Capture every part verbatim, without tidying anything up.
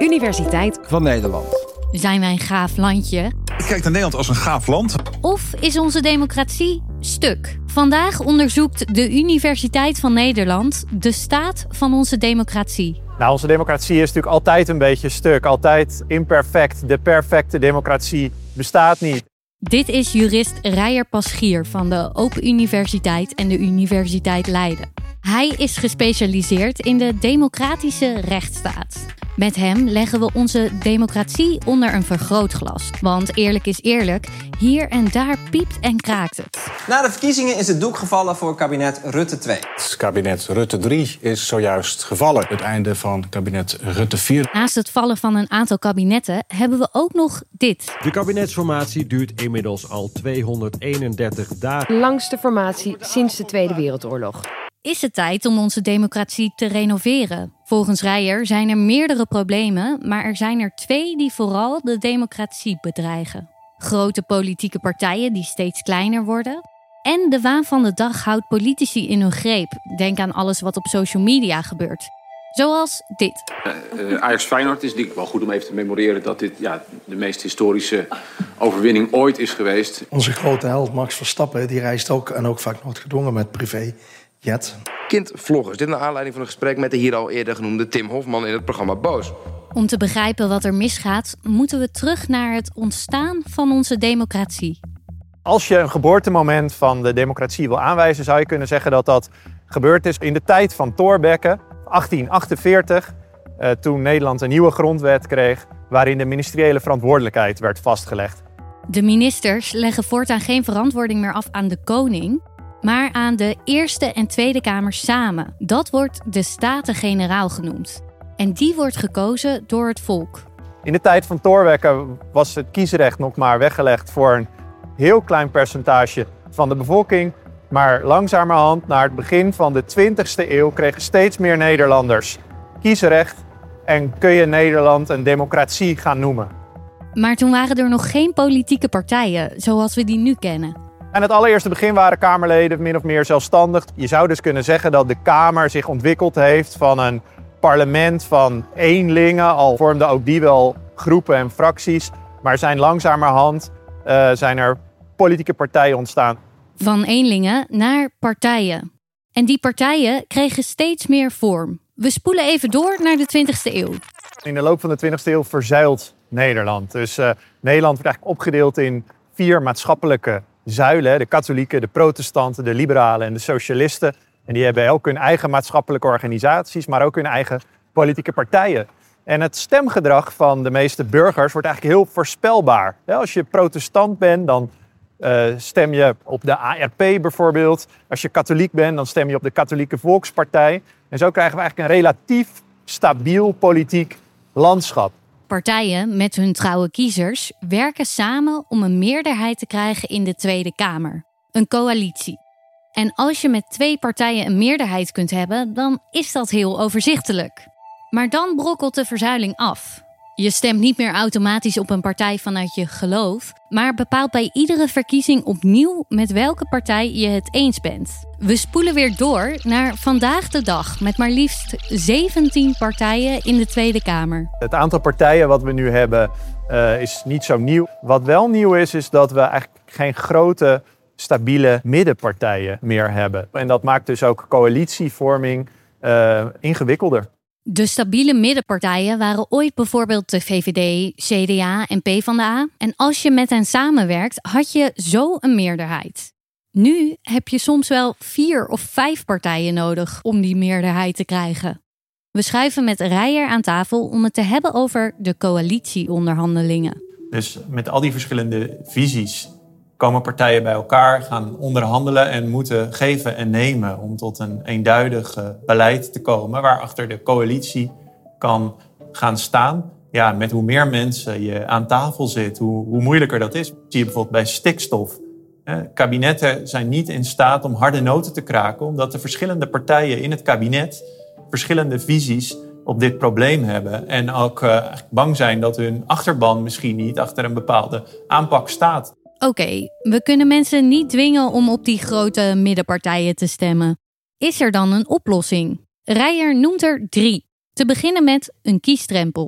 Universiteit van Nederland. Zijn wij een gaaf landje? Ik kijk naar Nederland als een gaaf land. Of is onze democratie stuk? Vandaag onderzoekt de Universiteit van Nederland de staat van onze democratie. Nou, onze democratie is natuurlijk altijd een beetje stuk. Altijd imperfect. De perfecte democratie bestaat niet. Dit is jurist Reijer Paschier van de Open Universiteit en de Universiteit Leiden. Hij is gespecialiseerd in de democratische rechtsstaat. Met hem leggen we onze democratie onder een vergrootglas. Want eerlijk is eerlijk, hier en daar piept en kraakt het. Na de verkiezingen is het doek gevallen voor kabinet Rutte twee. Het kabinet Rutte drie is zojuist gevallen. Het einde van kabinet Rutte vier. Naast het vallen van een aantal kabinetten hebben we ook nog dit. De kabinetsformatie duurt inmiddels al tweehonderdeenendertig dagen. Langste formatie sinds de Tweede Wereldoorlog. Is het tijd om onze democratie te renoveren? Volgens Reijer zijn er meerdere problemen, maar er zijn er twee die vooral de democratie bedreigen. Grote politieke partijen die steeds kleiner worden. En de waan van de dag houdt politici in hun greep. Denk aan alles wat op social media gebeurt. Zoals dit. Uh, uh, Ajax-Feyenoord is denk ik wel goed om even te memoreren dat dit ja, de meest historische overwinning ooit is geweest. Onze grote held Max Verstappen die reist ook en ook vaak noodgedwongen met privé. Jet. Kindvloggers. Dit naar aanleiding van een gesprek met de hier al eerder genoemde Tim Hofman in het programma Boos. Om te begrijpen wat er misgaat, moeten we terug naar het ontstaan van onze democratie. Als je een geboortemoment van de democratie wil aanwijzen, zou je kunnen zeggen dat dat gebeurd is in de tijd van Thorbecke, achttien achtenveertig, eh, toen Nederland een nieuwe grondwet kreeg, waarin de ministeriële verantwoordelijkheid werd vastgelegd. De ministers leggen voortaan geen verantwoording meer af aan de koning, maar aan de Eerste en Tweede Kamer samen. Dat wordt de Staten-Generaal genoemd. En die wordt gekozen door het volk. In de tijd van Thorbecke was het kiesrecht nog maar weggelegd voor een heel klein percentage van de bevolking. Maar langzamerhand, naar het begin van de twintigste eeuw, kregen steeds meer Nederlanders kiesrecht. En kun je Nederland een democratie gaan noemen. Maar toen waren er nog geen politieke partijen, zoals we die nu kennen. Aan het allereerste begin waren Kamerleden min of meer zelfstandig. Je zou dus kunnen zeggen dat de Kamer zich ontwikkeld heeft van een parlement van eenlingen. Al vormden ook die wel groepen en fracties. Maar zijn langzamerhand uh, zijn er politieke partijen ontstaan. Van eenlingen naar partijen. En die partijen kregen steeds meer vorm. We spoelen even door naar de twintigste eeuw. In de loop van de twintigste eeuw verzuilt Nederland. Dus uh, Nederland wordt eigenlijk opgedeeld in vier maatschappelijke zuilen. De katholieken, de protestanten, de liberalen en de socialisten. En die hebben elk hun eigen maatschappelijke organisaties, maar ook hun eigen politieke partijen. En het stemgedrag van de meeste burgers wordt eigenlijk heel voorspelbaar. Als je protestant bent, dan uh, stem je op de A R P bijvoorbeeld. Als je katholiek bent, dan stem je op de Katholieke Volkspartij. En zo krijgen we eigenlijk een relatief stabiel politiek landschap. Partijen met hun trouwe kiezers werken samen om een meerderheid te krijgen in de Tweede Kamer. Een coalitie. En als je met twee partijen een meerderheid kunt hebben, dan is dat heel overzichtelijk. Maar dan brokkelt de verzuiling af. Je stemt niet meer automatisch op een partij vanuit je geloof, maar bepaalt bij iedere verkiezing opnieuw met welke partij je het eens bent. We spoelen weer door naar vandaag de dag met maar liefst zeventien partijen in de Tweede Kamer. Het aantal partijen wat we nu hebben uh, is niet zo nieuw. Wat wel nieuw is, is dat we eigenlijk geen grote, stabiele middenpartijen meer hebben. En dat maakt dus ook coalitievorming uh, ingewikkelder. De stabiele middenpartijen waren ooit bijvoorbeeld de V V D, C D A en PvdA. En als je met hen samenwerkt, had je zo een meerderheid. Nu heb je soms wel vier of vijf partijen nodig om die meerderheid te krijgen. We schuiven met Reijer aan tafel om het te hebben over de coalitieonderhandelingen. Dus met al die verschillende visies komen partijen bij elkaar, gaan onderhandelen en moeten geven en nemen om tot een eenduidig beleid te komen waarachter de coalitie kan gaan staan. Ja, met hoe meer mensen je aan tafel zit, hoe, hoe moeilijker dat is. Dat zie je bijvoorbeeld bij stikstof. Kabinetten zijn niet in staat om harde noten te kraken, omdat de verschillende partijen in het kabinet verschillende visies op dit probleem hebben. En ook uh, bang zijn dat hun achterban misschien niet achter een bepaalde aanpak staat. Oké, okay, we kunnen mensen niet dwingen om op die grote middenpartijen te stemmen. Is er dan een oplossing? Reijer noemt er drie. Te beginnen met een kiesdrempel.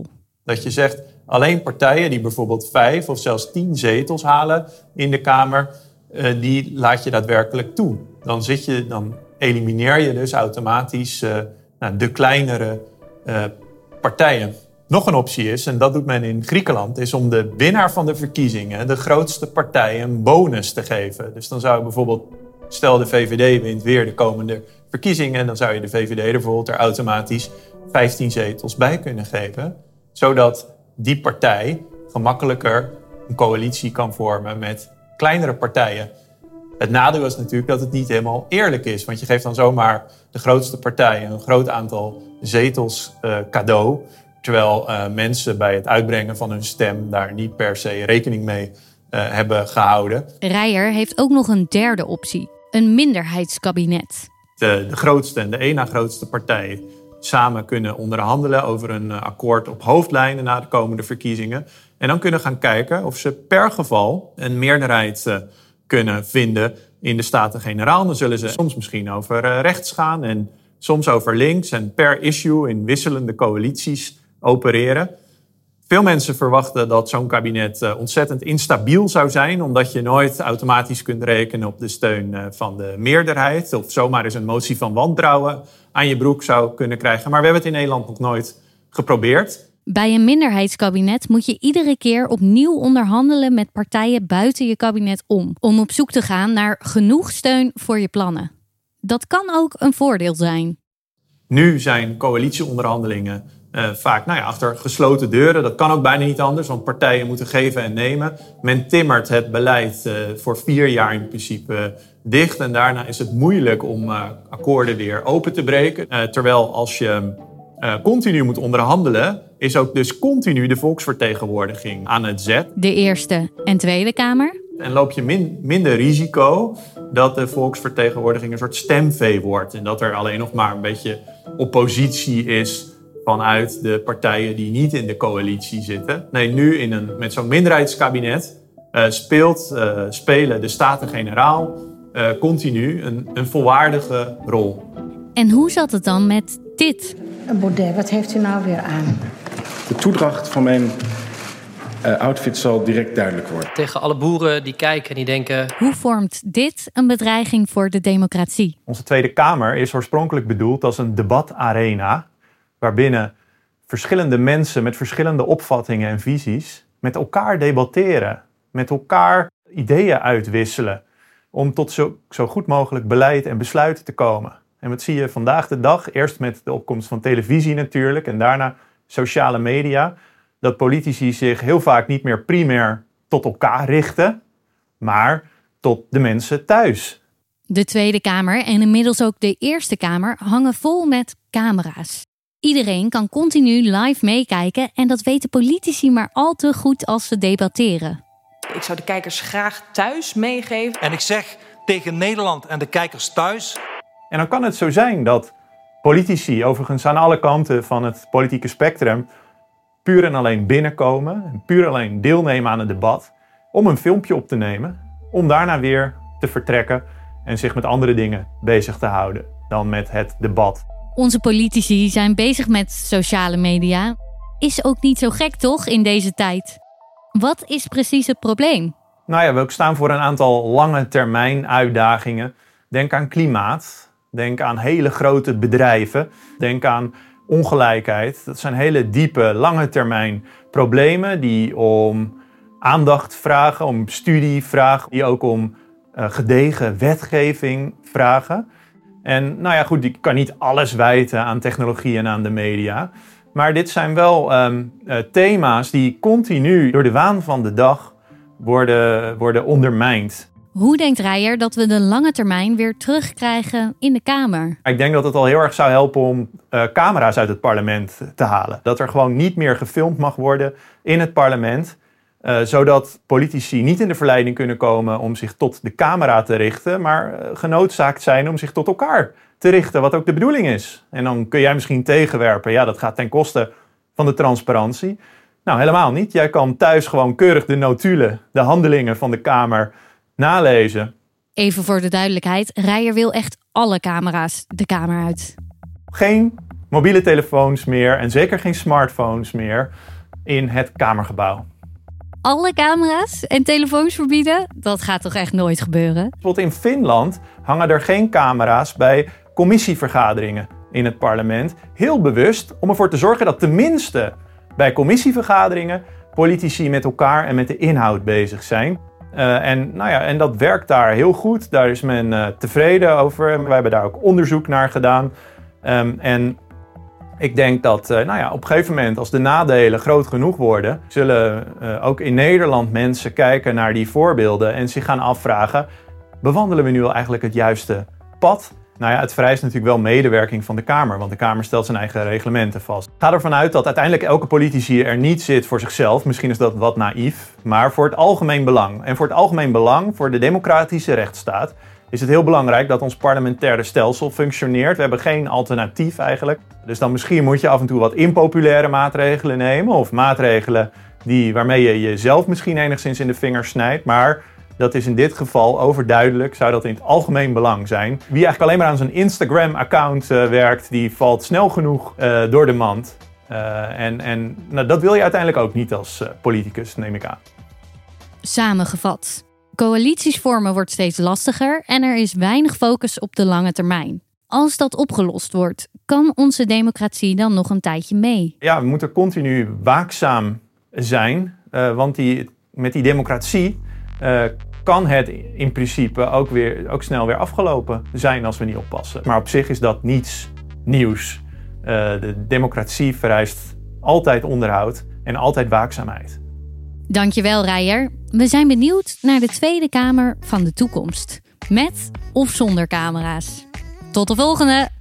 Dat je zegt, alleen partijen die bijvoorbeeld vijf of zelfs tien zetels halen in de Kamer, uh, die laat je daadwerkelijk toe. Dan, zit je, dan elimineer je dus automatisch uh, nou, de kleinere uh, partijen. Nog een optie is, en dat doet men in Griekenland, is om de winnaar van de verkiezingen, de grootste partij, een bonus te geven. Dus dan zou je bijvoorbeeld, stel de V V D wint weer de komende verkiezingen, dan zou je de V V D er bijvoorbeeld er automatisch vijftien zetels bij kunnen geven, zodat die partij gemakkelijker een coalitie kan vormen met kleinere partijen. Het nadeel is natuurlijk dat het niet helemaal eerlijk is, want je geeft dan zomaar de grootste partij een groot aantal zetels uh, cadeau, terwijl uh, mensen bij het uitbrengen van hun stem daar niet per se rekening mee uh, hebben gehouden. Reijer heeft ook nog een derde optie, een minderheidskabinet. De, de grootste en de één na grootste partij samen kunnen onderhandelen over een akkoord op hoofdlijnen na de komende verkiezingen. En dan kunnen gaan kijken of ze per geval een meerderheid uh, kunnen vinden in de Staten-Generaal. Dan zullen ze soms misschien over uh, rechts gaan en soms over links en per issue in wisselende coalities opereren. Veel mensen verwachten dat zo'n kabinet uh, ontzettend instabiel zou zijn, omdat je nooit automatisch kunt rekenen op de steun uh, van de meerderheid of zomaar eens een motie van wantrouwen aan je broek zou kunnen krijgen. Maar we hebben het in Nederland nog nooit geprobeerd. Bij een minderheidskabinet moet je iedere keer opnieuw onderhandelen met partijen buiten je kabinet om, om op zoek te gaan naar genoeg steun voor je plannen. Dat kan ook een voordeel zijn. Nu zijn coalitieonderhandelingen uh, vaak nou ja, achter gesloten deuren. Dat kan ook bijna niet anders, want partijen moeten geven en nemen. Men timmert het beleid uh, voor vier jaar in principe uh, dicht. En daarna is het moeilijk om uh, akkoorden weer open te breken. Uh, terwijl als je uh, continu moet onderhandelen, is ook dus continu de volksvertegenwoordiging aan het zet. De Eerste en Tweede Kamer. En loop je min, minder risico dat de volksvertegenwoordiging een soort stemvee wordt. En dat er alleen nog maar een beetje oppositie is vanuit de partijen die niet in de coalitie zitten. Nee, nu in een, met zo'n minderheidskabinet uh, speelt, uh, spelen de Staten-Generaal uh, continu een, een volwaardige rol. En hoe zat het dan met dit? Baudet, wat heeft u nou weer aan? De toedracht van mijn uh, outfit zal direct duidelijk worden. Tegen alle boeren die kijken en die denken... Hoe vormt dit een bedreiging voor de democratie? Onze Tweede Kamer is oorspronkelijk bedoeld als een debatarena, waarbinnen verschillende mensen met verschillende opvattingen en visies met elkaar debatteren, met elkaar ideeën uitwisselen, om tot zo, zo goed mogelijk beleid en besluiten te komen. En wat zie je vandaag de dag? Eerst met de opkomst van televisie natuurlijk en daarna sociale media. Dat politici zich heel vaak niet meer primair tot elkaar richten, maar tot de mensen thuis. De Tweede Kamer en inmiddels ook de Eerste Kamer hangen vol met camera's. Iedereen kan continu live meekijken en dat weten politici maar al te goed als ze debatteren. Ik zou de kijkers graag thuis meegeven. En ik zeg tegen Nederland en de kijkers thuis... En dan kan het zo zijn dat politici, overigens aan alle kanten van het politieke spectrum, puur en alleen binnenkomen en puur en alleen deelnemen aan het debat, om een filmpje op te nemen, om daarna weer te vertrekken en zich met andere dingen bezig te houden dan met het debat. Onze politici zijn bezig met sociale media. Is ook niet zo gek toch in deze tijd? Wat is precies het probleem? Nou ja, we staan voor een aantal lange termijn uitdagingen. Denk aan klimaat. Denk aan hele grote bedrijven. Denk aan ongelijkheid. Dat zijn hele diepe, lange termijn problemen die om aandacht vragen, om studie vragen, die ook om uh, gedegen wetgeving vragen. En nou ja, goed, ik kan niet alles wijten aan technologie en aan de media. Maar dit zijn wel um, uh, thema's die continu door de waan van de dag worden, worden ondermijnd. Hoe denkt Reijer dat we de lange termijn weer terugkrijgen in de Kamer? Ik denk dat het al heel erg zou helpen om uh, camera's uit het parlement te halen. Dat er gewoon niet meer gefilmd mag worden in het parlement. Uh, zodat politici niet in de verleiding kunnen komen om zich tot de camera te richten, maar uh, genoodzaakt zijn om zich tot elkaar te richten, wat ook de bedoeling is. En dan kun jij misschien tegenwerpen, ja, dat gaat ten koste van de transparantie. Nou, helemaal niet. Jij kan thuis gewoon keurig de notulen, de handelingen van de Kamer nalezen. Even voor de duidelijkheid, Reijer wil echt alle camera's de Kamer uit. Geen mobiele telefoons meer en zeker geen smartphones meer. in het Kamergebouw. Alle camera's en telefoons verbieden? Dat gaat toch echt nooit gebeuren? Bijvoorbeeld in Finland hangen er geen camera's bij commissievergaderingen in het parlement. Heel bewust om ervoor te zorgen dat tenminste bij commissievergaderingen politici met elkaar en met de inhoud bezig zijn. Uh, en, nou ja, en dat werkt daar heel goed. Daar is men uh, tevreden over. Wij hebben daar ook onderzoek naar gedaan. Um, en ik denk dat uh, nou ja, op een gegeven moment, als de nadelen groot genoeg worden, zullen uh, ook in Nederland mensen kijken naar die voorbeelden en zich gaan afvragen: bewandelen we nu wel eigenlijk het juiste pad? Nou ja, het vereist natuurlijk wel medewerking van de Kamer, want de Kamer stelt zijn eigen reglementen vast. Ik ga ervan uit dat uiteindelijk elke politicus er niet zit voor zichzelf. Misschien is dat wat naïef, maar voor het algemeen belang. En voor het algemeen belang, voor de democratische rechtsstaat, is het heel belangrijk dat ons parlementaire stelsel functioneert. We hebben geen alternatief eigenlijk. Dus dan misschien moet je af en toe wat impopulaire maatregelen nemen, of maatregelen die, waarmee je jezelf misschien enigszins in de vingers snijdt. Maar dat is in dit geval overduidelijk, zou dat in het algemeen belang zijn. Wie eigenlijk alleen maar aan zijn Instagram-account uh, werkt, die valt snel genoeg uh, door de mand. Uh, en en nou, dat wil je uiteindelijk ook niet als uh, politicus, neem ik aan. Samengevat. Coalities vormen wordt steeds lastiger en er is weinig focus op de lange termijn. Als dat opgelost wordt, kan onze democratie dan nog een tijdje mee? Ja, we moeten continu waakzaam zijn, uh, want die, met die democratie Uh, kan het in principe ook, weer, ook snel weer afgelopen zijn als we niet oppassen. Maar op zich is dat niets nieuws. Uh, de democratie vereist altijd onderhoud en altijd waakzaamheid. Dankjewel, Reijer. We zijn benieuwd naar de Tweede Kamer van de toekomst. Met of zonder camera's. Tot de volgende!